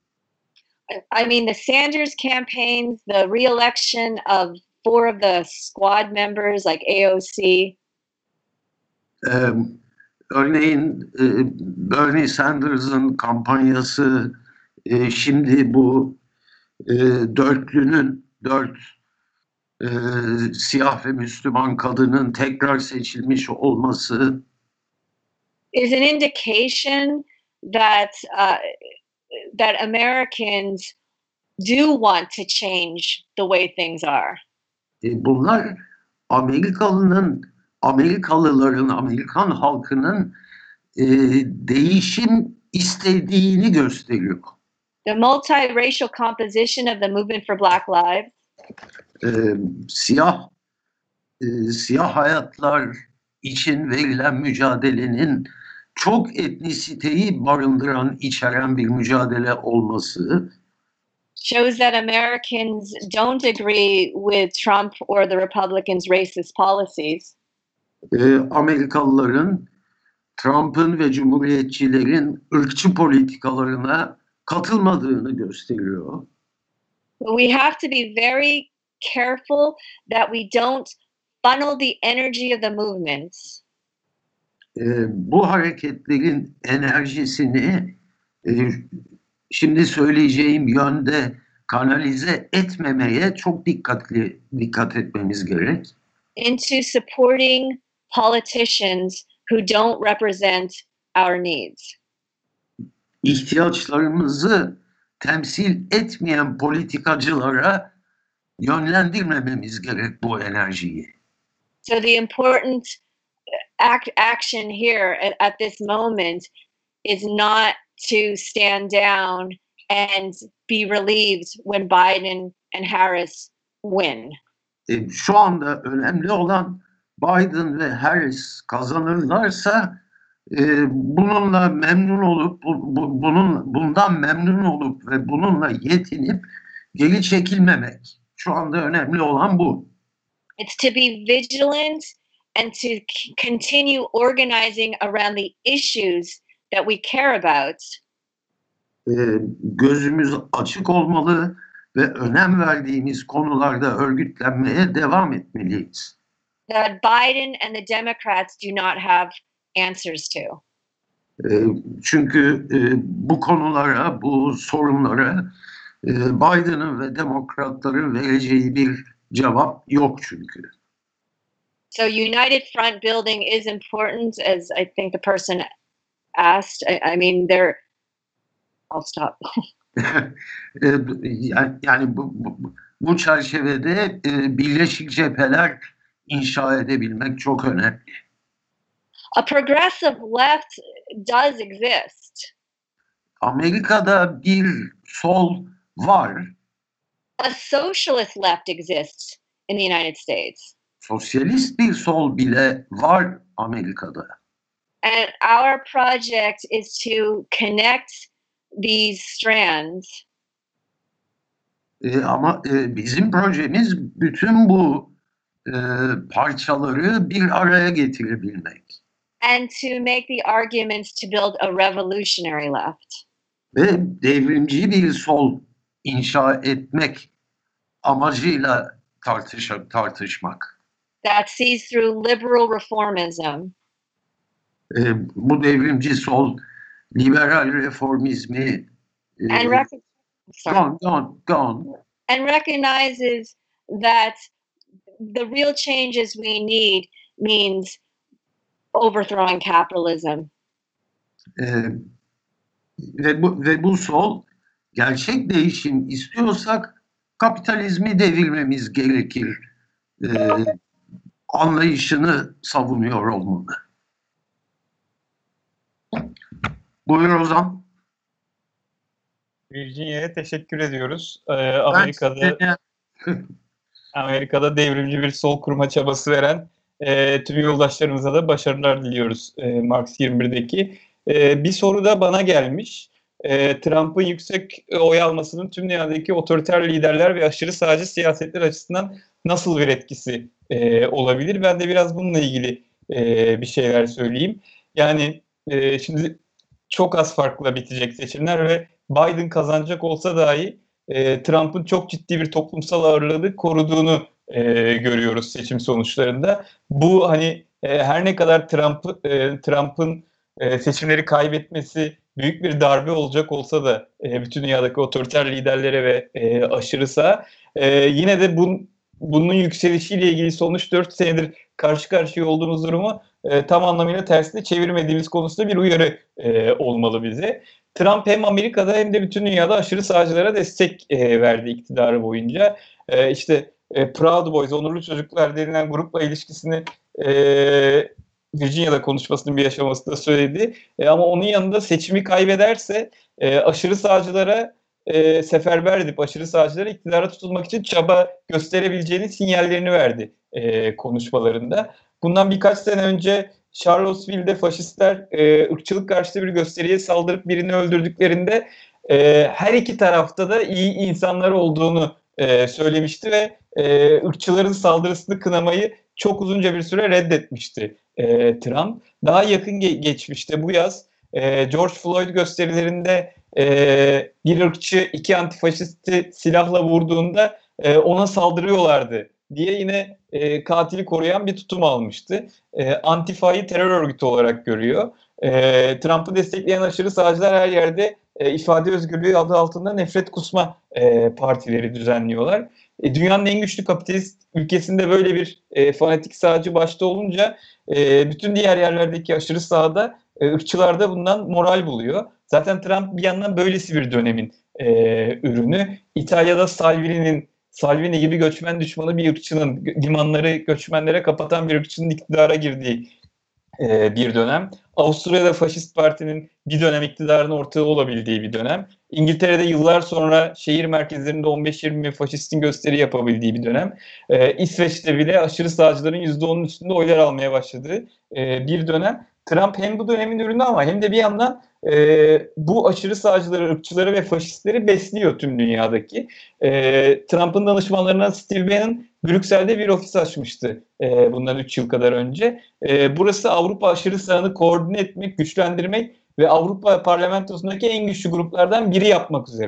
S4: I mean, the Sanders campaigns, the re-election of four of the squad members like A O C.
S3: Ee, örneğin e, Bernie Sanders'ın kampanyası, e, şimdi bu e, dörtlünün, dört e, siyah ve Müslüman kadının tekrar seçilmiş olması
S4: is an indication that uh, that Americans do want to change the way things are.
S3: e, bunlar Amerikalı'nın, Amerikalıların, Amerikan halkının e, değişim istediğini gösteriyor.
S4: The multiracial composition of the movement for Black Lives
S3: E, siyah e, siyah hayatlar için verilen mücadelenin çok etnisiteyi barındıran, içeren bir mücadele olması
S4: shows that Americans don't agree with Trump or the Republicans' racist policies.
S3: e, Amerikalıların Trump'ın ve Cumhuriyetçilerin ırkçı politikalarına katılmadığını gösteriyor.
S4: But we have to be very careful that we don't funnel the energy of the movements
S3: E, bu hareketlerin enerjisini e, şimdi söyleyeceğim yönde kanalize etmemeye çok dikkatli dikkat etmemiz gerek.
S4: into supporting politicians who don't represent our needs.
S3: İhtiyaçlarımızı temsil etmeyen politikacılara yönlendirmememiz gerek bu enerjiyi.
S4: So the important act, action here at, at this moment is not to stand down and be relieved when Biden and Harris win.
S3: E, şu anda önemli olan Biden ve Harris kazanırlarsa e, bununla memnun olup bu, bu, bunun bundan memnun olup ve bununla yetinip geri çekilmemek. Şu anda önemli olan bu.
S4: It's to be vigilant and to c- continue organizing around the issues that we care about.
S3: E, gözümüz açık olmalı ve önem verdiğimiz konularda örgütlenmeye devam etmeliyiz.
S4: That Biden and the Democrats do not have answers to.
S3: Çünkü bu konulara, bu sorunlara Biden'ın ve demokratların vereceği bir cevap yok çünkü.
S4: So united front building is important, as I think the person asked. I, I mean, there. I'll stop.
S3: Yani bu, bu, bu çerçevede birleşik cepheler inşa edebilmek çok önemli.
S4: A progressive left does exist.
S3: Amerika'da bir sol var.
S4: A socialist left exists in the United States.
S3: Sosyalist bir sol bile var Amerika'da.
S4: And our project is to connect these strands.
S3: E, ama e, bizim projemiz bütün bu e, parçaları bir araya getirebilmek.
S4: And to make the arguments to build a revolutionary left.
S3: Ve devrimci bir sol inşa etmek amacıyla tartış tartışmak.
S4: That sees through liberal reformism.
S3: E, bu devrimci sol liberal reformizmi e,
S4: and rec-
S3: go on, go on, go on.
S4: and recognizes that the real changes we need means overthrowing capitalism.
S3: E, ve, bu, ve bu sol gerçek değişim istiyorsak kapitalizmi devirmemiz gerekir e, anlayışını savunuyor olmalı. Buyur Ozan.
S2: Virginia'ya teşekkür ediyoruz. Ee, Amerika'da Amerika'da devrimci bir sol kurma çabası veren e, tüm yoldaşlarımıza da başarılar diliyoruz e, Marx yirmi birdeki. E, bir soru da bana gelmiş. E, Trump'ın yüksek oy almasının tüm dünyadaki otoriter liderler ve aşırı sağcı siyasetler açısından nasıl bir etkisi e, olabilir? Ben de biraz bununla ilgili e, bir şeyler söyleyeyim. Yani e, şimdi çok az farkla bitecek seçimler ve Biden kazanacak olsa dahi e, Trump'ın çok ciddi bir toplumsal ağırlığı koruduğunu e, görüyoruz seçim sonuçlarında. Bu hani e, her ne kadar Trump, e, Trump'ın e, seçimleri kaybetmesi büyük bir darbe olacak olsa da e, bütün dünyadaki otoriter liderlere ve e, aşırı sağ, e, yine de bun, bunun yükselişiyle ilgili son üç dört senedir karşı karşıya olduğumuz durumu e, tam anlamıyla tersine çevirmediğimiz konusunda bir uyarı e, olmalı bize. Trump hem Amerika'da hem de bütün dünyada aşırı sağcılara destek e, verdi iktidarı boyunca. E, işte e, Proud Boys, onurlu çocuklar denilen grupla ilişkisini e, Virginia'da konuşmasının bir aşamasında söyledi. E, ama onun yanında seçimi kaybederse e, aşırı sağcılara e, seferber edip aşırı sağcılara iktidara tutulmak için çaba gösterebileceğini sinyallerini verdi e, konuşmalarında. Bundan birkaç sene önce Charlottesville'de faşistler e, ırkçılık karşıtı bir gösteriye saldırıp birini öldürdüklerinde e, her iki tarafta da iyi insanlar olduğunu e, söylemişti ve e, ırkçıların saldırısını kınamayı çok uzunca bir süre reddetmişti e, Trump. Daha yakın ge- geçmişte bu yaz e, George Floyd gösterilerinde e, bir ırkçı iki antifaşisti silahla vurduğunda e, ona saldırıyorlardı diye yine e, katili koruyan bir tutum almıştı. E, Antifa'yı terör örgütü olarak görüyor. E, Trump'ı destekleyen aşırı sağcılar her yerde e, ifade özgürlüğü adı altında nefret kusma e, partileri düzenliyorlar. E, dünyanın en güçlü kapitalist ülkesinde böyle bir e, fanatik sağcı başta olunca e, bütün diğer yerlerdeki aşırı sağda e, ırkçılar da bundan moral buluyor. Zaten Trump bir yandan böylesi bir dönemin e, ürünü. İtalya'da Salvini'nin Salvini gibi göçmen düşmanı bir ırkçının, limanları göçmenlere kapatan bir ırkçının iktidara girdiği e, bir dönem. Avusturya'da faşist partinin bir dönem iktidarın ortağı olabildiği bir dönem. İngiltere'de yıllar sonra şehir merkezlerinde on beş yirmi faşistin gösteri yapabildiği bir dönem. E, İsveç'te bile aşırı sağcıların yüzde onun üstünde oylar almaya başladığı e, bir dönem. Trump hem bu dönemin ürünü ama hem de bir yandan e, bu aşırı sağcıları, ırkçıları ve faşistleri besliyor tüm dünyadaki. E, Trump'ın danışmanlarından Steve Bannon Brüksel'de bir ofis açmıştı e, bundan üç yıl kadar önce. E, burası Avrupa aşırı sağını koordine etmek, güçlendirmek ve Avrupa parlamentosundaki en güçlü gruplardan biri yapmak üzere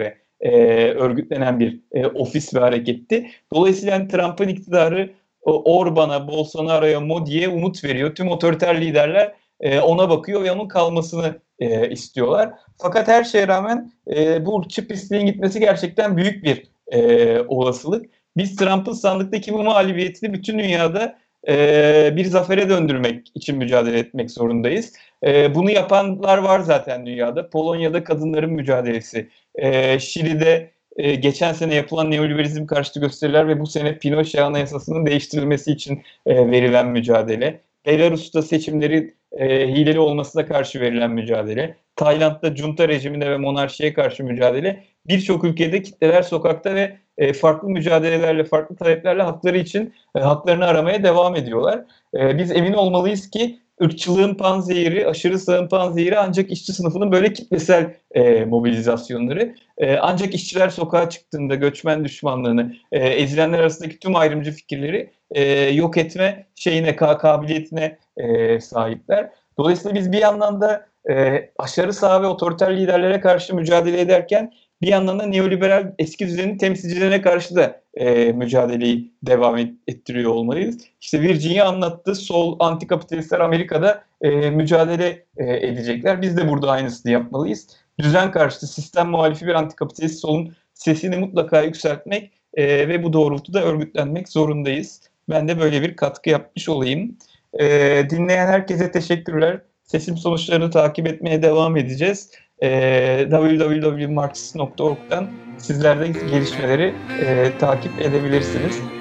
S2: e, örgütlenen bir e, ofis ve hareketti. Dolayısıyla yani Trump'ın iktidarı Orban'a, Bolsonaro'ya, Modi'ye umut veriyor. Tüm otoriter liderler e, ona bakıyor ve onun kalmasını e, istiyorlar. Fakat her şeye rağmen e, bu ırkçı pisliğin gitmesi gerçekten büyük bir e, olasılık. Biz Trump'ın sandıktaki bu mağlubiyetini bütün dünyada e, bir zafere döndürmek için mücadele etmek zorundayız. E, bunu yapanlar var zaten dünyada. Polonya'da kadınların mücadelesi, e, Şili'de e, geçen sene yapılan neoliberalizm karşıtı gösteriler ve bu sene Pinochet Anayasası'nın değiştirilmesi için e, verilen mücadele, Belarus'ta seçimleri e, hileli olmasına karşı verilen mücadele, Tayland'da junta rejimine ve monarşiye karşı mücadele, birçok ülkede kitleler sokakta ve e, farklı mücadelelerle, farklı taleplerle hakları için e, haklarını aramaya devam ediyorlar. E, biz emin olmalıyız ki ırkçılığın panzehiri, aşırı sağın panzehiri ancak işçi sınıfının böyle kitlesel e, mobilizasyonları. E, ancak işçiler sokağa çıktığında göçmen düşmanlığını, e, ezilenler arasındaki tüm ayrımcı fikirleri e, yok etme şeyine, kabiliyetine e, sahipler. Dolayısıyla biz bir yandan da e, aşırı sağ ve otoriter liderlere karşı mücadele ederken bir yandan da neoliberal eski düzenin temsilcilerine karşı da e, mücadeleyi devam ettiriyor olmalıyız. İşte Virginia anlattı, sol antikapitalistler Amerika'da e, mücadele e, edecekler. Biz de burada aynısını yapmalıyız. Düzen karşıtı, sistem muhalifi bir antikapitalist solun sesini mutlaka yükseltmek e, ve bu doğrultuda örgütlenmek zorundayız. Ben de böyle bir katkı yapmış olayım. E, dinleyen herkese teşekkürler. Seçim sonuçlarını takip etmeye devam edeceğiz. E, double-u double-u double-u nokta marksist nokta org'dan sizler de gelişmeleri e, takip edebilirsiniz.